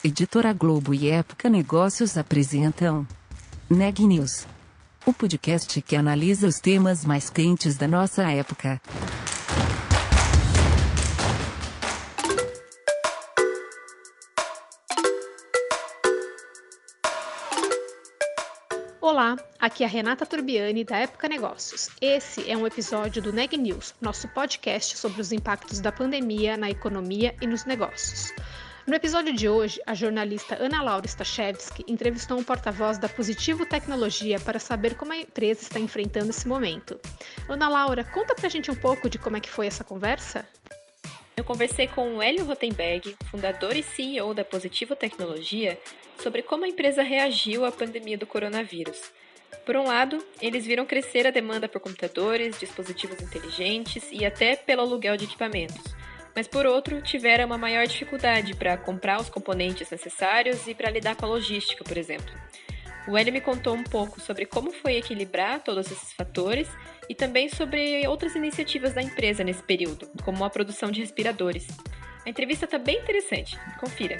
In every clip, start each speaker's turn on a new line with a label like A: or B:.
A: Editora Globo e Época Negócios apresentam Neg News, o podcast que analisa os temas mais quentes da nossa época.
B: Olá, aqui é a Renata Turbiani da Época Negócios. Esse é um episódio do Neg News, nosso podcast sobre os impactos da pandemia na economia e nos negócios. No episódio de hoje, a jornalista Ana Laura Stachewski entrevistou um porta-voz da Positivo Tecnologia para saber como a empresa está enfrentando esse momento. Ana Laura, conta pra gente um pouco de como é que foi essa conversa?
C: Eu conversei com o Hélio Rotenberg, fundador e CEO da Positivo Tecnologia, sobre como a empresa reagiu à pandemia do coronavírus. Por um lado, eles viram crescer a demanda por computadores, dispositivos inteligentes e até pelo aluguel de equipamentos. Mas, por outro, tiveram uma maior dificuldade para comprar os componentes necessários e para lidar com a logística, por exemplo. O Hélio me contou um pouco sobre como foi equilibrar todos esses fatores e também sobre outras iniciativas da empresa nesse período, como a produção de respiradores. A entrevista está bem interessante. Confira.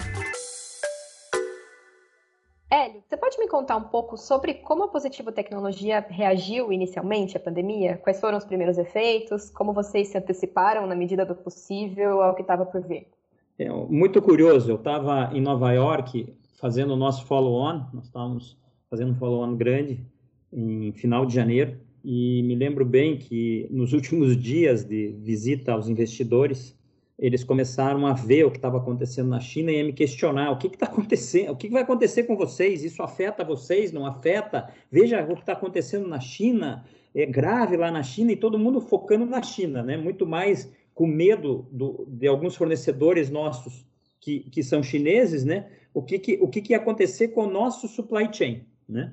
C: Hélio, você pode me contar um pouco sobre como a Positivo Tecnologia reagiu inicialmente à pandemia? Quais foram os primeiros efeitos? Como vocês se anteciparam na medida do possível ao que estava por vir?
D: Muito curioso, eu estava em Nova York fazendo o nosso follow-on, nós estávamos fazendo um follow-on grande em final de janeiro, e me lembro bem que nos últimos dias de visita aos investidores, eles começaram a ver o que estava acontecendo na China e a me questionar o que está acontecendo, o que vai acontecer com vocês, isso afeta vocês, não afeta? Veja o que está acontecendo na China, é grave lá na China, e todo mundo focando na China, né? Muito mais com medo de alguns fornecedores nossos que são chineses, né? O que ia acontecer com o nosso supply chain, né?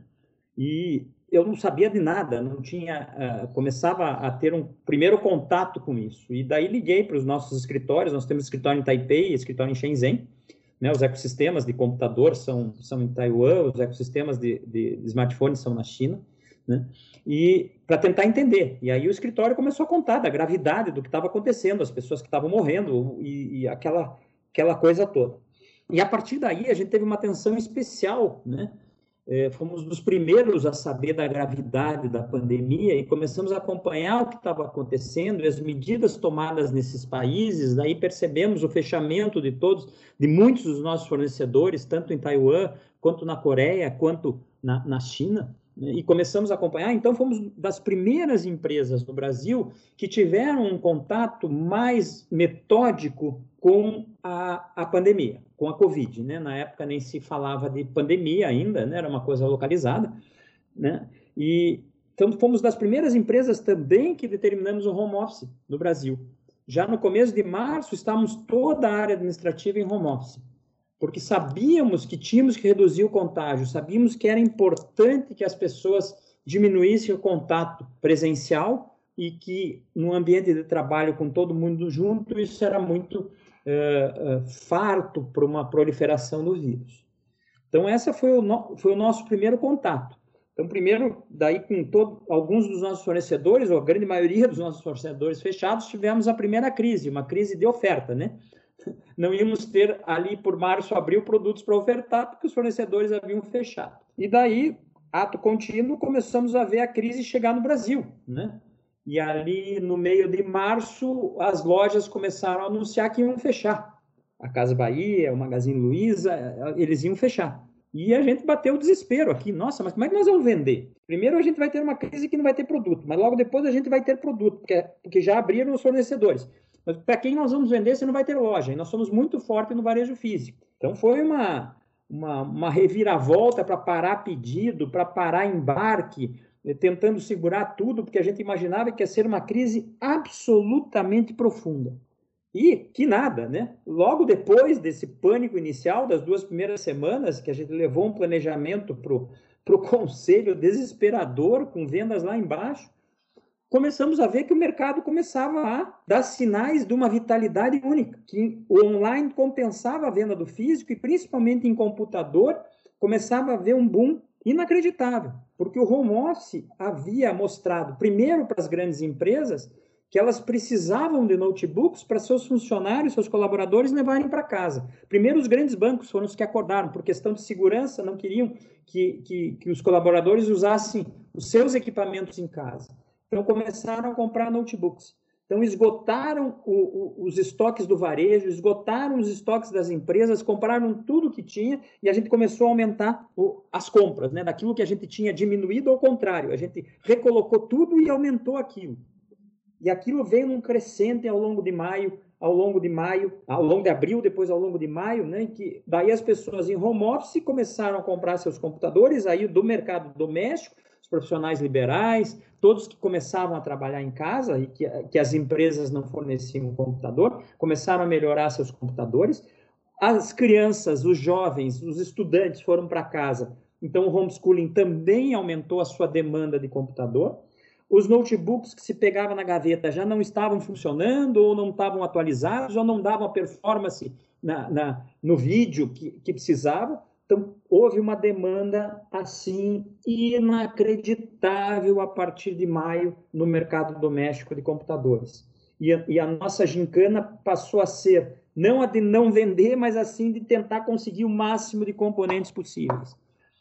D: E eu não sabia de nada, não tinha, começava a ter um primeiro contato com isso. E daí liguei para os nossos escritórios, nós temos escritório em Taipei e escritório em Shenzhen, né? Os ecossistemas de computador são em Taiwan, os ecossistemas de smartphones são na China, né? E para tentar entender. E aí o escritório começou a contar da gravidade do que estava acontecendo, as pessoas que estavam morrendo e aquela coisa toda. E a partir daí a gente teve uma atenção especial, né? Fomos dos primeiros a saber da gravidade da pandemia e começamos a acompanhar o que estava acontecendo e as medidas tomadas nesses países. Daí percebemos o fechamento de muitos dos nossos fornecedores, tanto em Taiwan, quanto na Coreia, quanto na China, né? E começamos a acompanhar. Então fomos das primeiras empresas no Brasil que tiveram um contato mais metódico com a pandemia, com a Covid, né? Na época nem se falava de pandemia ainda, né? Era uma coisa localizada, né? E então fomos das primeiras empresas também que determinamos o home office no Brasil. Já no começo de março, estávamos toda a área administrativa em home office, porque sabíamos que tínhamos que reduzir o contágio, sabíamos que era importante que as pessoas diminuíssem o contato presencial e que no ambiente de trabalho com todo mundo junto, isso era muito farto para uma proliferação do vírus. Então, essa foi o nosso primeiro contato. Então, primeiro, daí com alguns dos nossos fornecedores, ou a grande maioria dos nossos fornecedores fechados, tivemos a primeira crise, uma crise de oferta, né? Não íamos ter ali por março, abril, produtos para ofertar, porque os fornecedores haviam fechado. E daí, ato contínuo, começamos a ver a crise chegar no Brasil, né? E ali, no meio de março, as lojas começaram a anunciar que iam fechar. A Casa Bahia, o Magazine Luiza, eles iam fechar. E a gente bateu o desespero aqui. Nossa, mas como é que nós vamos vender? Primeiro a gente vai ter uma crise que não vai ter produto, mas logo depois a gente vai ter produto, porque já abriram os fornecedores. Mas para quem nós vamos vender se não vai ter loja? E nós somos muito fortes no varejo físico. Então foi uma reviravolta para parar pedido, para parar embarque, tentando segurar tudo, porque a gente imaginava que ia ser uma crise absolutamente profunda. E que nada, né? Logo depois desse pânico inicial, das 2 primeiras semanas, que a gente levou um planejamento para o conselho desesperador, com vendas lá embaixo, começamos a ver que o mercado começava a dar sinais de uma vitalidade única, que o online compensava a venda do físico e, principalmente em computador, começava a haver um boom inacreditável, porque o home office havia mostrado, primeiro para as grandes empresas, que elas precisavam de notebooks para seus funcionários, seus colaboradores levarem para casa. Primeiro, os grandes bancos foram os que acordaram, por questão de segurança, não queriam que os colaboradores usassem os seus equipamentos em casa. Então, começaram a comprar notebooks. Então, esgotaram os estoques do varejo, esgotaram os estoques das empresas, compraram tudo que tinha e a gente começou a aumentar as compras, né? Daquilo que a gente tinha diminuído, ao contrário, a gente recolocou tudo e aumentou aquilo. E aquilo veio num crescente ao longo de abril, depois ao longo de maio, né? Que daí as pessoas em home office começaram a comprar seus computadores aí do mercado doméstico, os profissionais liberais, todos que começavam a trabalhar em casa e que as empresas não forneciam um computador, começaram a melhorar seus computadores. As crianças, os jovens, os estudantes foram para casa. Então, o homeschooling também aumentou a sua demanda de computador. Os notebooks que se pegavam na gaveta já não estavam funcionando, ou não estavam atualizados, ou não davam a performance no vídeo que precisava. Então, houve uma demanda, assim, inacreditável a partir de maio no mercado doméstico de computadores. E a nossa gincana passou a ser, não a de não vender, mas assim de tentar conseguir o máximo de componentes possíveis.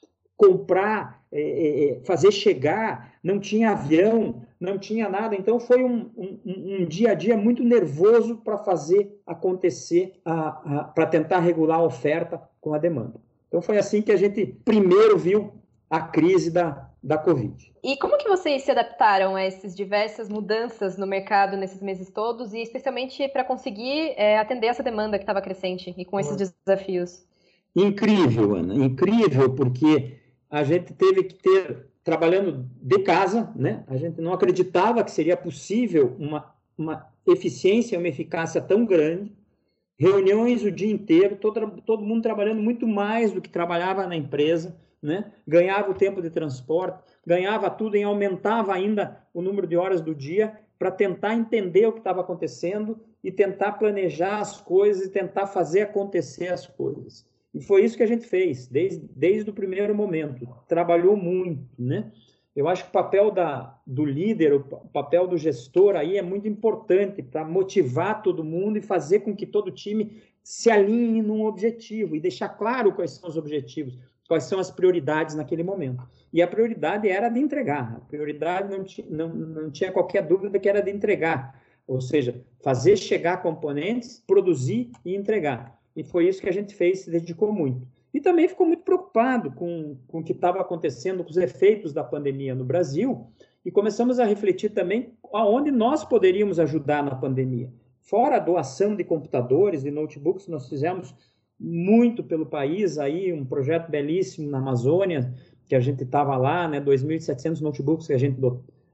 D: Comprar, fazer chegar, não tinha avião, não tinha nada. Então, foi um dia a dia muito nervoso para fazer acontecer, para tentar regular a oferta com a demanda. Então, foi assim que a gente primeiro viu a crise da Covid.
C: E como que vocês se adaptaram a essas diversas mudanças no mercado nesses meses todos, e especialmente para conseguir atender essa demanda que estava crescente e com esses desafios?
D: Incrível, Ana, incrível, porque a gente teve que trabalhando de casa, né? A gente não acreditava que seria possível uma eficiência, uma eficácia tão grande. Reuniões o dia inteiro, todo mundo trabalhando muito mais do que trabalhava na empresa, né? Ganhava o tempo de transporte, ganhava tudo e aumentava ainda o número de horas do dia para tentar entender o que estava acontecendo e tentar planejar as coisas e tentar fazer acontecer as coisas. E foi isso que a gente fez, desde o primeiro momento. Trabalhou muito, né? Eu acho que o papel do líder, o papel do gestor aí é muito importante para motivar todo mundo e fazer com que todo o time se alinhe num objetivo e deixar claro quais são os objetivos, quais são as prioridades naquele momento. E a prioridade era de entregar, a prioridade não tinha qualquer dúvida que era de entregar, ou seja, fazer chegar componentes, produzir e entregar. E foi isso que a gente fez, se dedicou muito. E também ficou muito preocupado com o que estava acontecendo, com os efeitos da pandemia no Brasil, e começamos a refletir também aonde nós poderíamos ajudar na pandemia. Fora a doação de computadores, de notebooks, nós fizemos muito pelo país, aí um projeto belíssimo na Amazônia, que a gente estava lá, né, 2.700 notebooks que a gente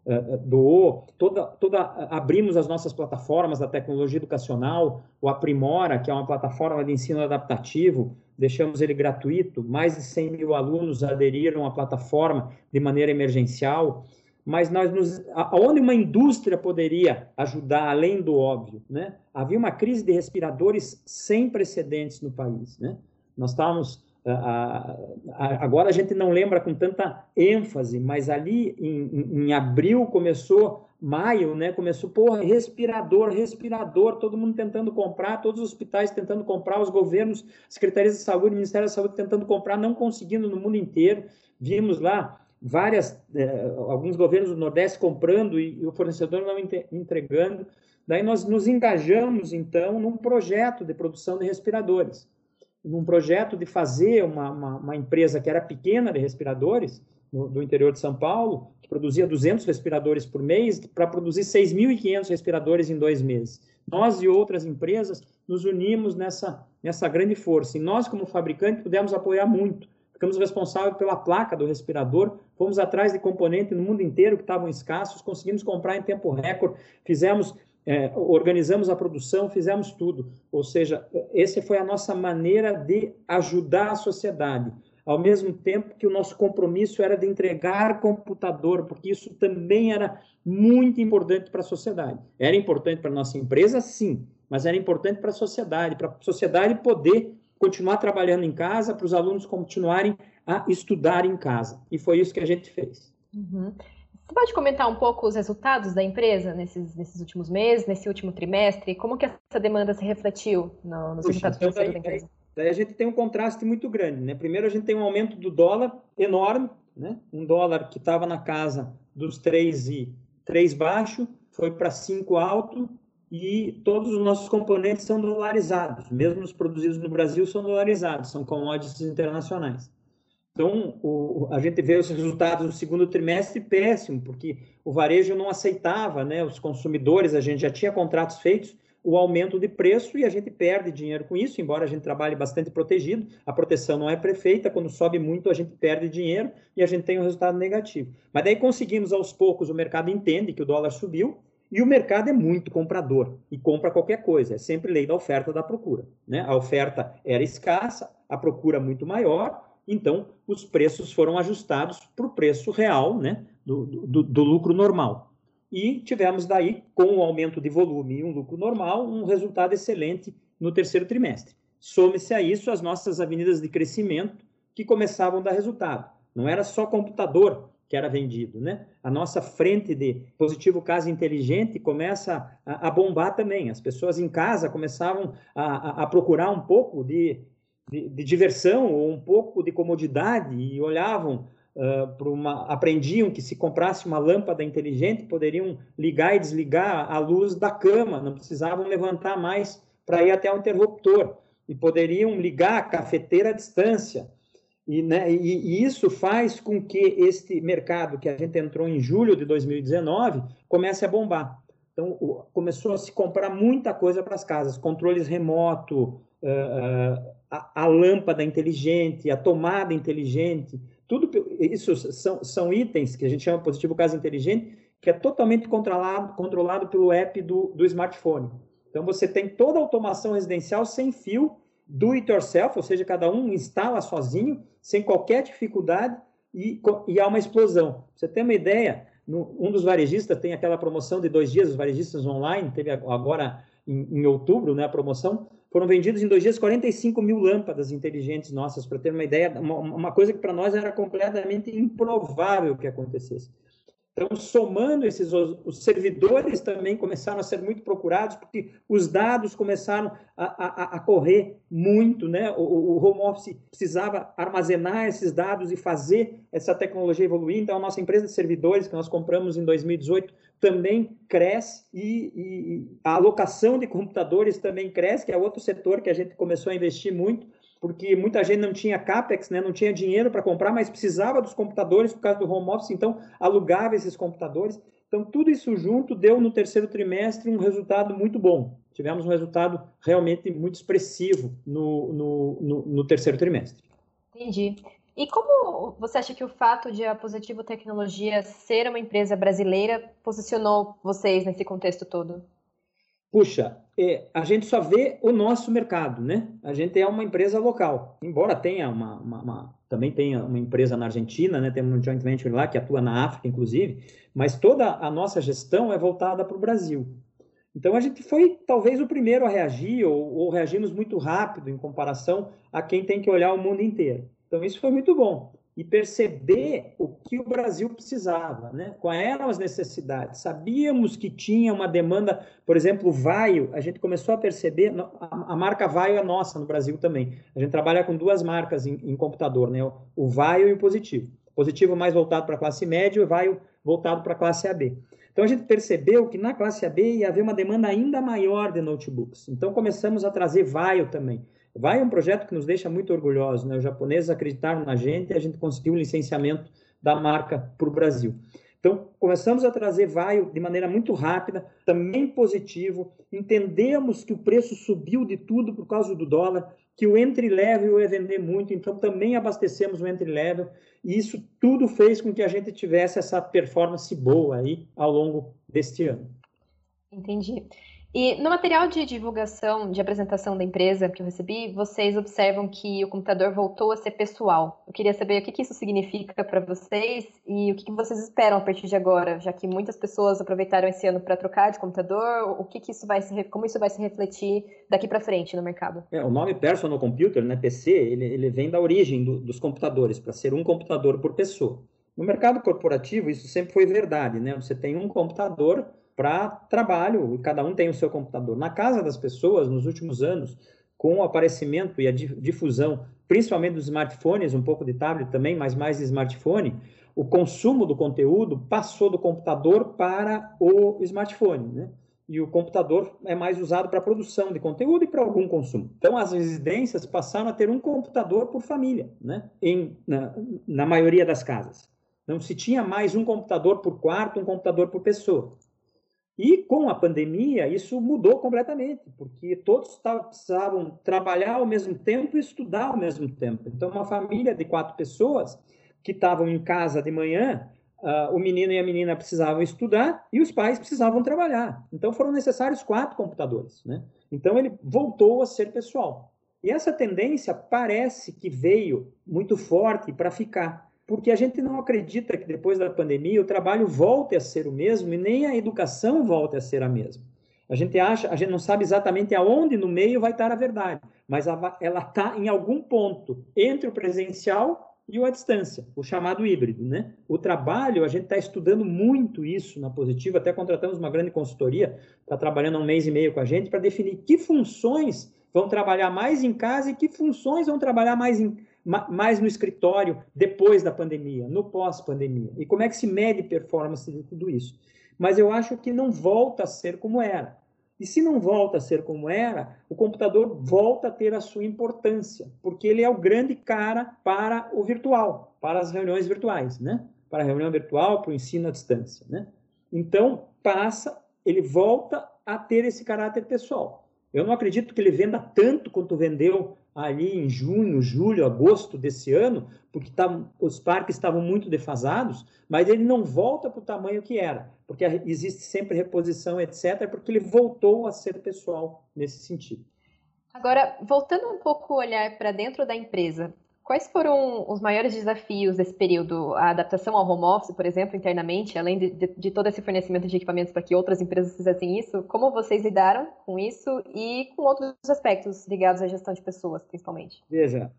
D: doou, abrimos as nossas plataformas da tecnologia educacional, o Aprimora, que é uma plataforma de ensino adaptativo, deixamos ele gratuito, mais de 100 mil alunos aderiram à plataforma de maneira emergencial, mas onde uma indústria poderia ajudar, além do óbvio, né? Havia uma crise de respiradores sem precedentes no país, né? Nós estávamos... agora a gente não lembra com tanta ênfase, mas ali em abril maio, né, começou, respirador, todo mundo tentando comprar, todos os hospitais tentando comprar, os governos, secretarias de saúde, Ministério da Saúde tentando comprar, não conseguindo no mundo inteiro. Vimos lá alguns governos do Nordeste comprando e o fornecedor não entregando. Daí nós nos engajamos, então, num projeto de produção de respiradores, num projeto de fazer uma empresa que era pequena de respiradores, do interior de São Paulo, que produzia 200 respiradores por mês, para produzir 6.500 respiradores em 2 meses. Nós e outras empresas nos unimos nessa grande força. E nós, como fabricante, pudemos apoiar muito. Ficamos responsáveis pela placa do respirador, fomos atrás de componentes no mundo inteiro que estavam escassos, conseguimos comprar em tempo recorde, organizamos a produção, fizemos tudo. Ou seja, essa foi a nossa maneira de ajudar a sociedade, ao mesmo tempo que o nosso compromisso era de entregar computador, porque isso também era muito importante para a sociedade. Era importante para a nossa empresa, sim, mas era importante para a sociedade poder continuar trabalhando em casa, para os alunos continuarem a estudar em casa. E foi isso que a gente fez.
C: Uhum. Você pode comentar um pouco os resultados da empresa nesses últimos meses, nesse último trimestre? Como que essa demanda se refletiu nos resultados financeiros da empresa?
D: Daí a gente tem um contraste muito grande, né? Primeiro a gente tem um aumento do dólar enorme, né? Um dólar que estava na casa dos 3 baixo, foi para 5 alto, e todos os nossos componentes são dolarizados, mesmo os produzidos no Brasil são dolarizados, são commodities internacionais. Então, a gente vê os resultados do segundo trimestre péssimo, porque o varejo não aceitava, né? Os consumidores, a gente já tinha contratos feitos, o aumento de preço, e a gente perde dinheiro com isso, embora a gente trabalhe bastante protegido, a proteção não é perfeita, quando sobe muito a gente perde dinheiro e a gente tem um resultado negativo. Mas daí conseguimos aos poucos, o mercado entende que o dólar subiu, e o mercado é muito comprador, e compra qualquer coisa, é sempre lei da oferta e da procura, né? A oferta era escassa, a procura muito maior, então os preços foram ajustados para o preço real, né? do lucro normal. E tivemos daí, com o aumento de volume e um lucro normal, um resultado excelente no terceiro trimestre. Some-se a isso as nossas avenidas de crescimento que começavam a dar resultado. Não era só computador que era vendido, né? A nossa frente de Positivo Casa Inteligente começa a bombar também. As pessoas em casa começavam a procurar um pouco de diversão ou um pouco de comodidade e olhavam aprendiam que se comprasse uma lâmpada inteligente, poderiam ligar e desligar a luz da cama, não precisavam levantar mais para ir até o interruptor, e poderiam ligar a cafeteira à distância. E isso faz com que este mercado, que a gente entrou em julho de 2019, comece a bombar. Então, começou a se comprar muita coisa para as casas, controles remotos, a lâmpada inteligente, a tomada inteligente. Tudo isso são itens que a gente chama Positivo Casa Inteligente, que é totalmente controlado pelo app do smartphone. Então, você tem toda a automação residencial sem fio, do it yourself, ou seja, cada um instala sozinho, sem qualquer dificuldade, e há uma explosão. Pra você ter uma ideia, um dos varejistas tem aquela promoção de 2 dias, os varejistas online, teve agora em outubro, né, a promoção, foram vendidos em 2 dias 45 mil lâmpadas inteligentes nossas, para ter uma ideia, uma coisa que para nós era completamente improvável que acontecesse. Então, somando os servidores também começaram a ser muito procurados, porque os dados começaram a correr muito, né? O home office precisava armazenar esses dados e fazer essa tecnologia evoluir. Então, a nossa empresa de servidores, que nós compramos em 2018, também cresce, e a alocação de computadores também cresce, que é outro setor que a gente começou a investir muito, porque muita gente não tinha CAPEX, né? Não tinha dinheiro para comprar, mas precisava dos computadores por causa do home office, então alugava esses computadores. Então, tudo isso junto deu no terceiro trimestre um resultado muito bom. Tivemos um resultado realmente muito expressivo no terceiro trimestre.
C: Entendi. E como você acha que o fato de a Positivo Tecnologia ser uma empresa brasileira posicionou vocês nesse contexto todo?
D: Puxa, a gente só vê o nosso mercado, né? A gente é uma empresa local, embora tenha também tenha uma empresa na Argentina, né? Tem um joint venture lá que atua na África, inclusive, mas toda a nossa gestão é voltada para o Brasil. Então, a gente foi talvez o primeiro a reagir, ou reagimos muito rápido em comparação a quem tem que olhar o mundo inteiro. Então, isso foi muito bom. E perceber o que o Brasil precisava, né? Quais eram as necessidades. Sabíamos que tinha uma demanda, por exemplo, o Vaio, a gente começou a perceber, a marca Vaio é nossa no Brasil também. A gente trabalha com 2 marcas em computador, né? O Vaio e o Positivo. Positivo mais voltado para a classe média e o Vaio voltado para a classe AB. Então, a gente percebeu que na classe AB ia haver uma demanda ainda maior de notebooks. Então, começamos a trazer Vaio também. Vai um projeto que nos deixa muito orgulhosos, né? Os japoneses acreditaram na gente e a gente conseguiu o licenciamento da marca para o Brasil. Então, começamos a trazer Vaio de maneira muito rápida, também positivo. Entendemos que o preço subiu de tudo por causa do dólar, que o entry-level ia vender muito, então também abastecemos o entry-level. E isso tudo fez com que a gente tivesse essa performance boa aí ao longo deste ano.
C: Entendi. E no material de divulgação, de apresentação da empresa que eu recebi, vocês observam que o computador voltou a ser pessoal. Eu queria saber o que isso significa para vocês e o que vocês esperam a partir de agora, já que muitas pessoas aproveitaram esse ano para trocar de computador. Como isso vai se refletir daqui para frente no mercado?
D: O nome Personal Computer, né, PC, ele vem da origem dos computadores, para ser um computador por pessoa. No mercado corporativo, isso sempre foi verdade, né? Você tem um computador para trabalho, e cada um tem o seu computador. Na casa das pessoas, nos últimos anos, com o aparecimento e a difusão, principalmente dos smartphones, um pouco de tablet também, mas mais de smartphone, o consumo do conteúdo passou do computador para o smartphone, né? E o computador é mais usado para produção de conteúdo e para algum consumo. Então, as residências passaram a ter um computador por família, né? Na maioria das casas. Não se tinha mais um computador por quarto, um computador por pessoa. E com a pandemia, isso mudou completamente, porque todos precisavam trabalhar ao mesmo tempo e estudar ao mesmo tempo. Então, uma família de 4 pessoas que estavam em casa de manhã, o menino e a menina precisavam estudar e os pais precisavam trabalhar. Então, foram necessários 4 computadores, né? Então, ele voltou a ser pessoal. E essa tendência parece que veio muito forte para ficar, porque a gente não acredita que depois da pandemia o trabalho volte a ser o mesmo e nem a educação volte a ser a mesma. A gente não sabe exatamente aonde no meio vai estar a verdade, mas ela está em algum ponto entre o presencial e o à distância, o chamado híbrido, né? O trabalho, a gente está estudando muito isso na Positivo, até contratamos uma grande consultoria, está trabalhando há 1 mês e meio com a gente para definir que funções vão trabalhar mais em casa e que funções vão trabalhar mais no escritório depois da pandemia, no pós-pandemia. E como é que se mede performance de tudo isso? Mas eu acho que não volta a ser como era. E se não volta a ser como era, o computador volta a ter a sua importância, porque ele é o grande cara para o virtual, para as reuniões virtuais, né? Para a reunião virtual, para o ensino à distância, né? Então, ele volta a ter esse caráter pessoal. Eu não acredito que ele venda tanto quanto vendeu ali em junho, julho, agosto desse ano, porque os parques estavam muito defasados, mas ele não volta para o tamanho que era, porque existe sempre reposição, etc., porque ele voltou a ser pessoal nesse sentido.
C: Agora, voltando um pouco o olhar para dentro da empresa, quais foram os maiores desafios desse período? A adaptação ao home office, por exemplo, internamente, além de todo esse fornecimento de equipamentos para que outras empresas fizessem isso, como vocês lidaram com isso e com outros aspectos ligados à gestão de pessoas, principalmente?
D: Veja,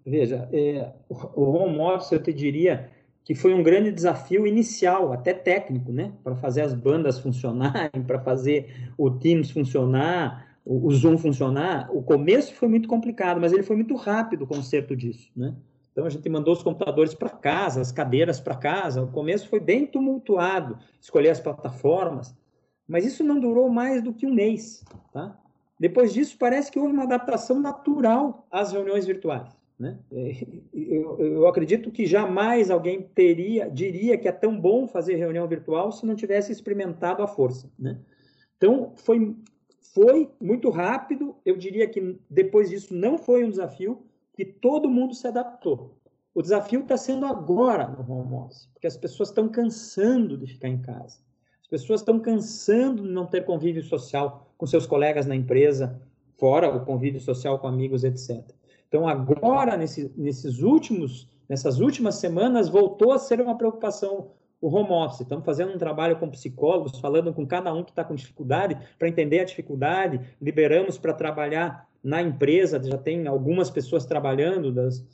D: o home office, eu te diria que foi um grande desafio inicial, até técnico, né? Para fazer as bandas funcionarem, para fazer o Teams funcionar, o Zoom funcionar. O começo foi muito complicado, mas ele foi muito rápido o conserto disso, né? Então, a gente mandou os computadores para casa, as cadeiras para casa. O começo foi bem tumultuado, escolher as plataformas. Mas isso não durou mais do que 1 mês, tá? Depois disso, parece que houve uma adaptação natural às reuniões virtuais, né? Eu acredito que jamais alguém diria que é tão bom fazer reunião virtual se não tivesse experimentado a força, né? Então, foi muito rápido. Eu diria que depois disso não foi um desafio, que todo mundo se adaptou. O desafio está sendo agora no home office, porque as pessoas estão cansando de ficar em casa. As pessoas estão cansando de não ter convívio social com seus colegas na empresa, fora o convívio social com amigos, etc. Então, agora, nessas últimas semanas, voltou a ser uma preocupação o home office. Estamos fazendo um trabalho com psicólogos, falando com cada um que está com dificuldade, para entender a dificuldade, liberamos para trabalhar na empresa, já tem algumas pessoas trabalhando,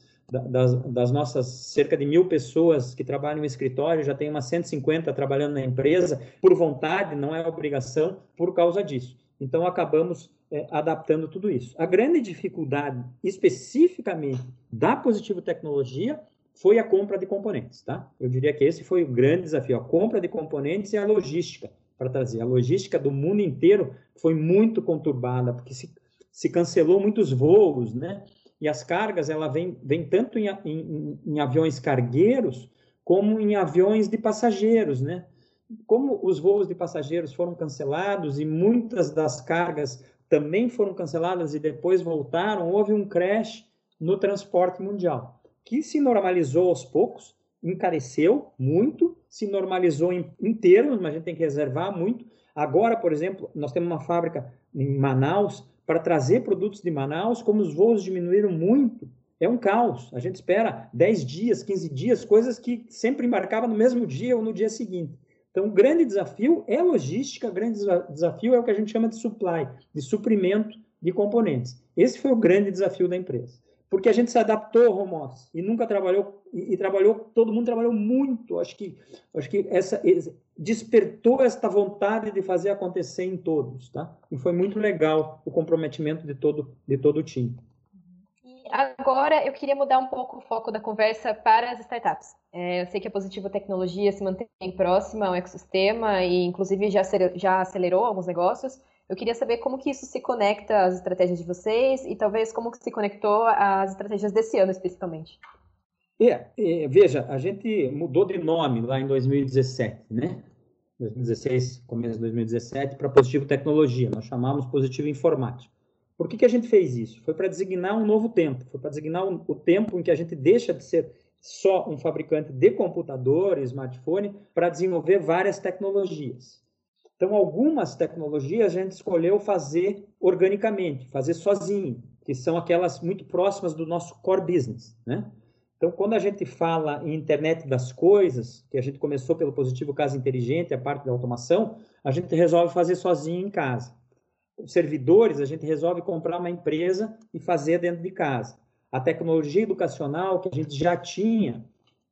D: das nossas cerca de 1.000 pessoas que trabalham no escritório, já tem umas 150 trabalhando na empresa, por vontade, não é obrigação, por causa disso. Então, acabamos adaptando tudo isso. A grande dificuldade, especificamente da Positivo Tecnologia, foi a compra de componentes, tá? Eu diria que esse foi o grande desafio, a compra de componentes e a logística para trazer. A logística do mundo inteiro foi muito conturbada, porque se cancelou muitos voos, né? E as cargas, ela vem tanto em aviões cargueiros, como em aviões de passageiros, né? Como os voos de passageiros foram cancelados e muitas das cargas também foram canceladas e depois voltaram, houve um crash no transporte mundial, que se normalizou aos poucos, encareceu muito, se normalizou em termos, mas a gente tem que reservar muito. Agora, por exemplo, nós temos uma fábrica em Manaus para trazer produtos de Manaus, como os voos diminuíram muito, é um caos. A gente espera 10 dias, 15 dias, coisas que sempre embarcava no mesmo dia ou no dia seguinte. Então, o grande desafio é a logística, o grande desafio é o que a gente chama de supply, de suprimento de componentes. Esse foi o grande desafio da empresa. porque a gente se adaptou ao home office e nunca trabalhou, e trabalhou, todo mundo trabalhou muito. Acho que despertou esta vontade de fazer acontecer em todos, tá? E foi muito legal o comprometimento de todo o time.
C: Agora eu queria mudar um pouco o foco da conversa para as startups. Eu sei que a Positivo Tecnologia se mantém próxima ao ecossistema e inclusive já acelerou alguns negócios. Eu queria saber como que isso se conecta às estratégias de vocês e talvez como que se conectou às estratégias desse ano especificamente.
D: Veja, a gente mudou de nome lá em 2017, né? 2016, começo de 2017, para Positivo Tecnologia. Nós chamamos Positivo Informática. Por que a gente fez isso? Foi para designar um novo tempo, foi para designar o tempo em que a gente deixa de ser só um fabricante de computador e smartphone para desenvolver várias tecnologias. Então, algumas tecnologias a gente escolheu fazer organicamente, fazer sozinho, que são aquelas muito próximas do nosso core business, né? Então, quando a gente fala em internet das coisas, que a gente começou pelo Positivo Casa Inteligente, a parte da automação, a gente resolve fazer sozinho em casa. Os servidores, a gente resolve comprar uma empresa e fazer dentro de casa. A tecnologia educacional, que a gente já tinha,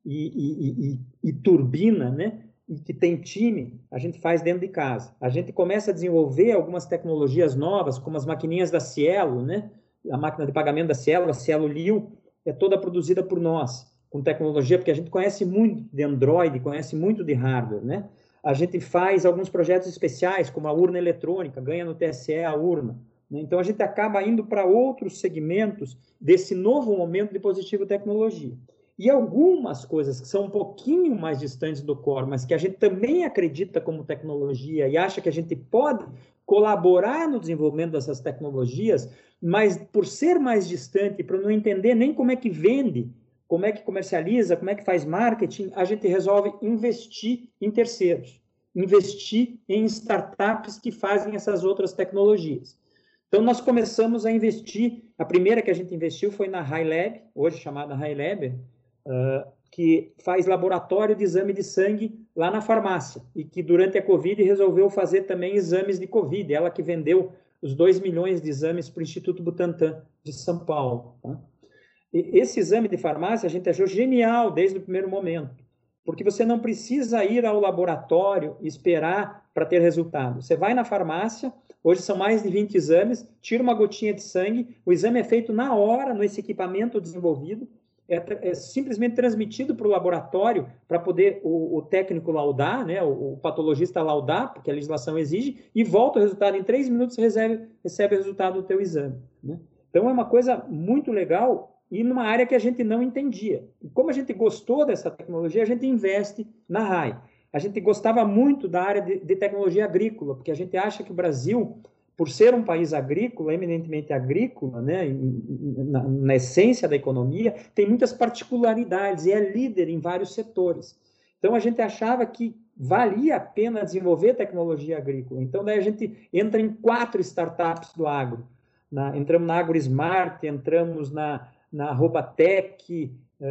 D: e turbina, né? E que tem time, a gente faz dentro de casa. A gente começa a desenvolver algumas tecnologias novas, como as maquininhas da Cielo, né? A máquina de pagamento da Cielo, a Cielo Lio, é toda produzida por nós, com tecnologia, porque a gente conhece muito de Android, conhece muito de hardware, né? A gente faz alguns projetos especiais, como a urna eletrônica, ganha no TSE a urna, né? Então, a gente acaba indo para outros segmentos desse novo momento de Positivo Tecnologia. E algumas coisas que são um pouquinho mais distantes do core, mas que a gente também acredita como tecnologia e acha que a gente pode colaborar no desenvolvimento dessas tecnologias, mas por ser mais distante, para não entender nem como é que vende, como é que comercializa, como é que faz marketing, a gente resolve investir em terceiros, investir em startups que fazem essas outras tecnologias. Então, nós começamos a investir, a primeira que a gente investiu foi na HiLab, hoje chamada HiLab, que faz laboratório de exame de sangue lá na farmácia, e que durante a Covid resolveu fazer também exames de Covid, ela que vendeu os 2 milhões de exames para o Instituto Butantan de São Paulo, tá? Esse exame de farmácia a gente achou genial desde o primeiro momento, porque você não precisa ir ao laboratório e esperar para ter resultado. Você vai na farmácia, hoje são mais de 20 exames, tira uma gotinha de sangue, o exame é feito na hora, nesse equipamento desenvolvido, é simplesmente transmitido para o laboratório para poder o técnico laudar, né, o patologista laudar, porque a legislação exige, e volta o resultado. Em 3 minutos recebe o resultado do teu exame, né? Então, é uma coisa muito legal e numa área que a gente não entendia. E como a gente gostou dessa tecnologia, a gente investe na RAI. A gente gostava muito da área de tecnologia agrícola, porque a gente acha que o Brasil, por ser um país agrícola, eminentemente agrícola, né, na essência da economia, tem muitas particularidades e é líder em vários setores. Então, a gente achava que valia a pena desenvolver tecnologia agrícola. Então, daí a gente entra em 4 startups do agro. Entramos na AgroSmart, entramos na Robatec,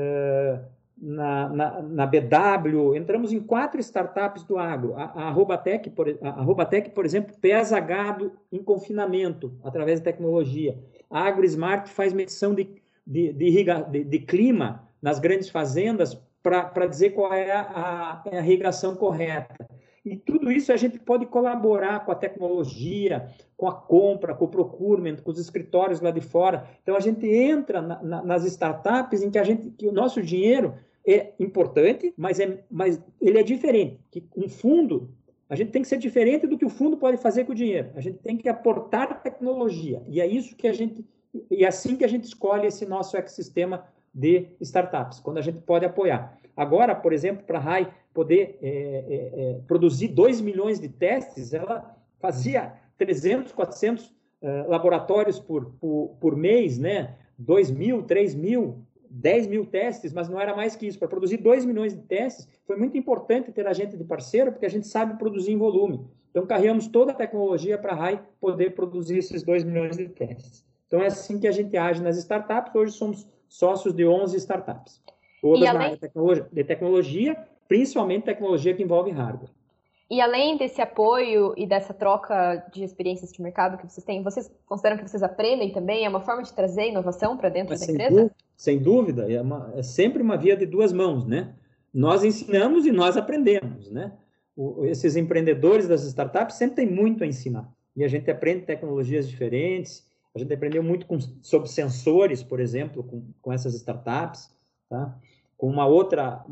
D: na BW, entramos em 4 startups do agro. A Robatec, por exemplo, pesa gado em confinamento, através de tecnologia. A AgroSmart faz medição de clima nas grandes fazendas para dizer qual é a irrigação correta. E tudo isso a gente pode colaborar com a tecnologia, com a compra, com o procurement, com os escritórios lá de fora. Então, a gente entra nas startups em que o nosso dinheiro é importante, mas ele é diferente. Que um fundo, a gente tem que ser diferente do que o fundo pode fazer com o dinheiro. A gente tem que aportar tecnologia. E é isso que e é assim que a gente escolhe esse nosso ecossistema de startups, quando a gente pode apoiar. Agora, por exemplo, para a RAI poder produzir 2 milhões de testes, ela fazia 300, 400 laboratórios por mês, né? 2 mil, 3 mil, 10 mil testes, mas não era mais que isso. Para produzir 2 milhões de testes, foi muito importante ter a gente de parceiro, porque a gente sabe produzir em volume. Então, carregamos toda a tecnologia para a RAI poder produzir esses 2 milhões de testes. Então, é assim que a gente age nas startups. Hoje somos sócios de 11 startups. Todas na área de tecnologia, principalmente tecnologia que envolve hardware.
C: E além desse apoio e dessa troca de experiências de mercado que vocês têm, vocês consideram que vocês aprendem também? É uma forma de trazer inovação para dentro da empresa?
D: Sem dúvida, é sempre uma via de duas mãos, né? Nós ensinamos e nós aprendemos, né? Esses empreendedores das startups sempre têm muito a ensinar. E a gente aprende tecnologias diferentes, a gente aprendeu muito sobre sensores, por exemplo, com essas startups, tá? Com uma outra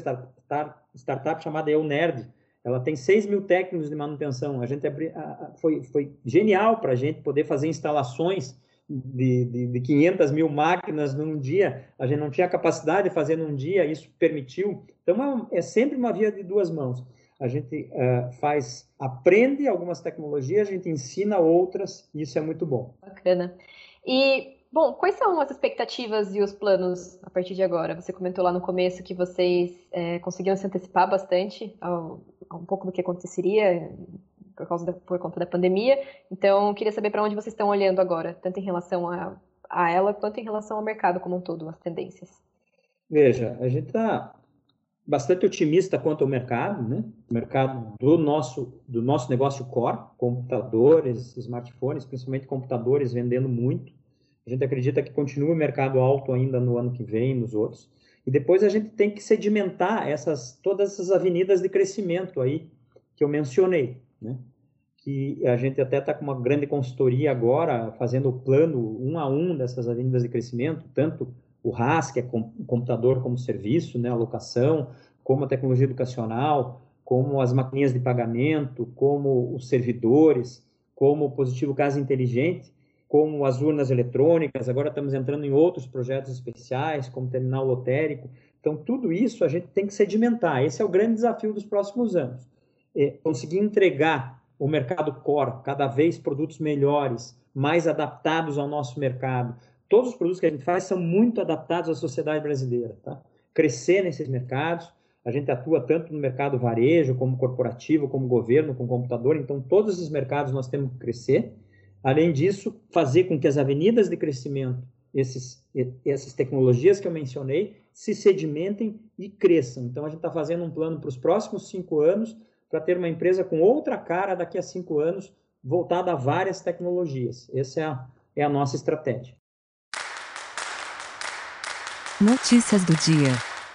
D: startup chamada EUNerd. Ela tem 6 mil técnicos de manutenção. Foi genial para a gente poder fazer instalações de 500 mil máquinas num dia. A gente não tinha capacidade de fazer num dia, isso permitiu. Então, é sempre uma via de duas mãos. A gente aprende algumas tecnologias, a gente ensina outras, e isso é muito bom.
C: Bacana. E, bom, quais são as expectativas e os planos a partir de agora? Você comentou lá no começo que vocês conseguiram se antecipar bastante a um pouco do que aconteceria por conta da pandemia. Então, eu queria saber para onde vocês estão olhando agora, tanto em relação a ela, quanto em relação ao mercado como um todo, as tendências.
D: Veja, a gente está bastante otimista quanto ao mercado, né? O mercado do nosso negócio core, computadores, smartphones, principalmente computadores vendendo muito. A gente acredita que continua o mercado alto ainda no ano que vem, nos outros. E depois a gente tem que sedimentar todas essas avenidas de crescimento aí que eu mencionei, né? Que a gente até está com uma grande consultoria agora, fazendo o plano 1 a 1 dessas avenidas de crescimento, tanto o RaaS, que é computador como serviço, né, alocação, como a tecnologia educacional, como as maquininhas de pagamento, como os servidores, como o positivo casa inteligente, como as urnas eletrônicas. Agora estamos entrando em outros projetos especiais, como terminal lotérico. Então, tudo isso a gente tem que sedimentar. Esse é o grande desafio dos próximos anos. Conseguir entregar o mercado core, cada vez produtos melhores, mais adaptados ao nosso mercado. Todos os produtos que a gente faz são muito adaptados à sociedade brasileira, tá? Crescer nesses mercados. A gente atua tanto no mercado varejo, como corporativo, como governo, com computador. Então, todos esses mercados nós temos que crescer. Além disso, fazer com que as avenidas de crescimento, essas tecnologias que eu mencionei, se sedimentem e cresçam. Então, a gente está fazendo um plano para os próximos 5 anos para ter uma empresa com outra cara daqui a 5 anos, voltada a várias tecnologias. Essa é a nossa estratégia.
A: Notícias do dia.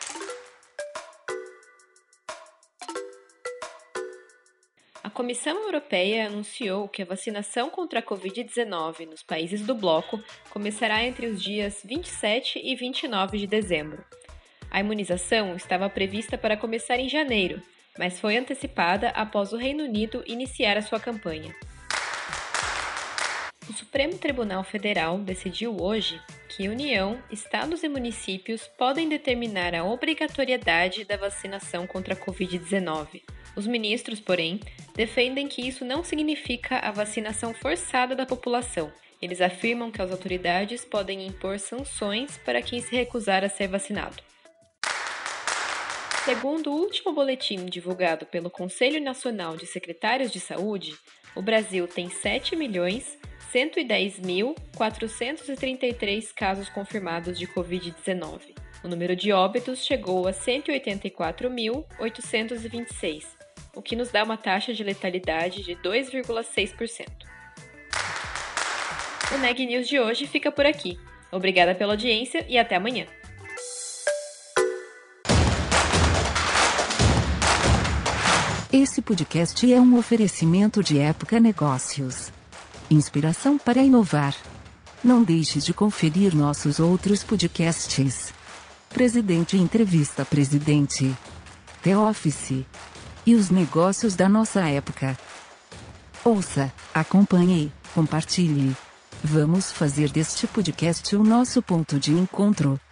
C: A Comissão Europeia anunciou que a vacinação contra a Covid-19 nos países do bloco começará entre os dias 27 e 29 de dezembro. A imunização estava prevista para começar em janeiro, mas foi antecipada após o Reino Unido iniciar a sua campanha. O Supremo Tribunal Federal decidiu hoje que União, estados e municípios podem determinar a obrigatoriedade da vacinação contra a Covid-19. Os ministros, porém, defendem que isso não significa a vacinação forçada da população. Eles afirmam que as autoridades podem impor sanções para quem se recusar a ser vacinado. Segundo o último boletim divulgado pelo Conselho Nacional de Secretários de Saúde, o Brasil tem 7.110.433 casos confirmados de Covid-19. O número de óbitos chegou a 184.826, o que nos dá uma taxa de letalidade de 2,6%. O Neg News de hoje fica por aqui. Obrigada pela audiência e até amanhã.
A: Esse podcast é um oferecimento de Época Negócios. Inspiração para inovar. Não deixe de conferir nossos outros podcasts. Presidente Entrevista Presidente. The Office. E os negócios da nossa época. Ouça, acompanhe, compartilhe. Vamos fazer deste podcast o nosso ponto de encontro.